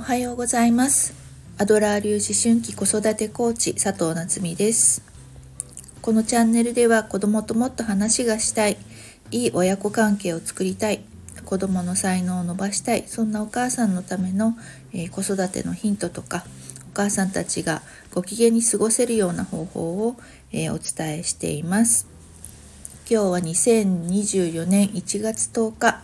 はようございます。アドラー流思春期子育てコーチ佐藤夏実です。このチャンネルでは子供ともっと話がしたい、いい親子関係を作りたい、子供の才能を伸ばしたい、そんなお母さんのための、子育てのヒントとか、お母さんたちがご機嫌に過ごせるような方法を、お伝えしています。今日は2024年1月10日。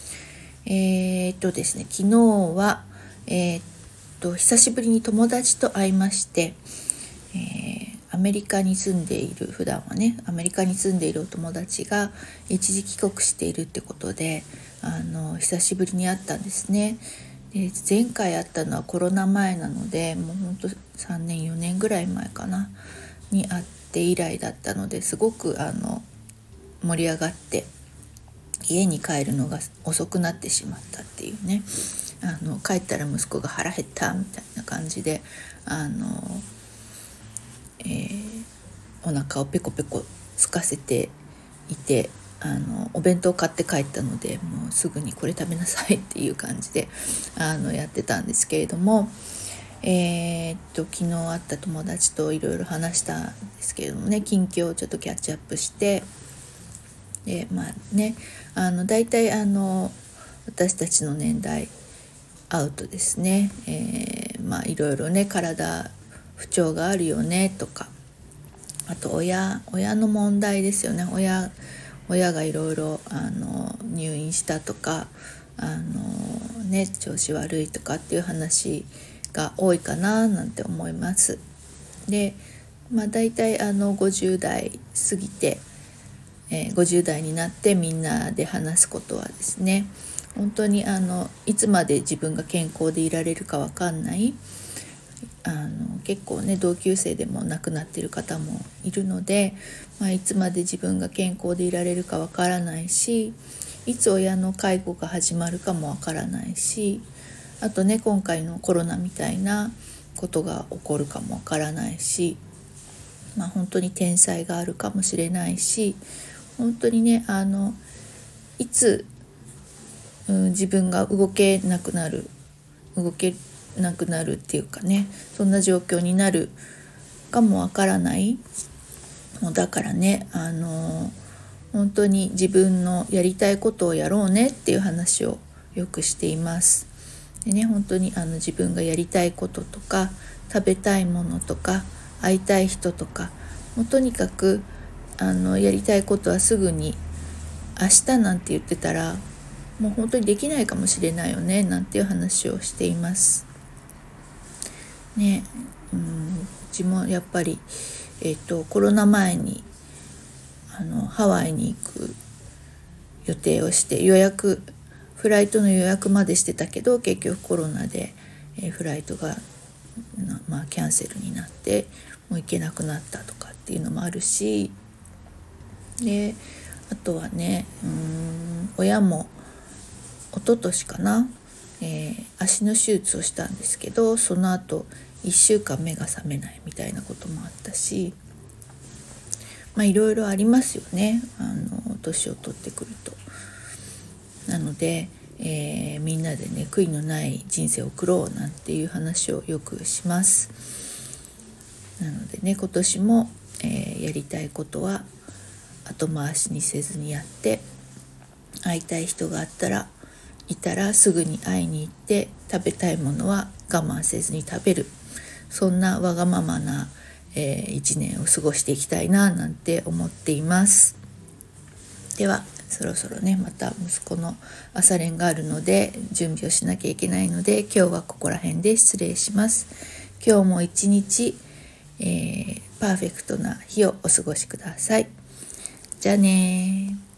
ですね、昨日は、久しぶりに友達と会いまして、アメリカに住んでいる、普段はねアメリカに住んでいるお友達が一時帰国しているってことで、久しぶりに会ったんですね。で、前回会ったのはコロナ前なので、もうほんと3年4年ぐらい前かなに会って以来だったので、すごく盛り上がって、家に帰るのが遅くなってしまったっていうね、帰ったら息子が腹減ったみたいな感じでお腹をペコペコ空かせていて、お弁当買って帰ったので、もうすぐにこれ食べなさいっていう感じでやってたんですけれども、昨日会った友達といろいろ話したんですけれどもね、近況をちょっとキャッチアップして、でだいたい私たちの年代会うとですね、いろいろね、体不調があるよねとか、あと親の問題ですよね。親がいろいろ入院したとか調子悪いとかっていう話が多いかななんて思います。で、だいたい50代過ぎて、50代になってみんなで話すことはですね、本当にいつまで自分が健康でいられるか分かんない、結構ね同級生でも亡くなっている方もいるので、いつまで自分が健康でいられるか分からないし、いつ親の介護が始まるかも分からないし、あとね、今回のコロナみたいなことが起こるかも分からないし、本当に天災があるかもしれないし、本当にねいつ、自分が動けなくなるっていうかね、そんな状況になるかもわからない。もうだからね、本当に自分のやりたいことをやろうねっていう話をよくしています。でね、本当に自分がやりたいこととか、食べたいものとか、会いたい人とか、もうとにかくやりたいことはすぐに、明日なんて言ってたらもう本当にできないかもしれないよねなんていう話をしていますね。うちもやっぱり、コロナ前にハワイに行く予定をして、フライトの予約までしてたけど、結局コロナで、フライトがキャンセルになってもう行けなくなったとかっていうのもあるし、であとはね、親も一昨年かな、足の手術をしたんですけど、その後1週間目が覚めないみたいなこともあったし、いろいろありますよね、年を取ってくると。なので、みんなでね、悔いのない人生を送ろうなんていう話をよくします。なのでね、今年も、やりたいことは後回しにせずにやって、会いたい人がいたらすぐに会いに行って、食べたいものは我慢せずに食べる、そんなわがままな、一年を過ごしていきたいななんて思っています。ではそろそろね、また息子の朝練があるので準備をしなきゃいけないので、今日はここら辺で失礼します。今日も一日、パーフェクトな日をお過ごしください。じゃあね。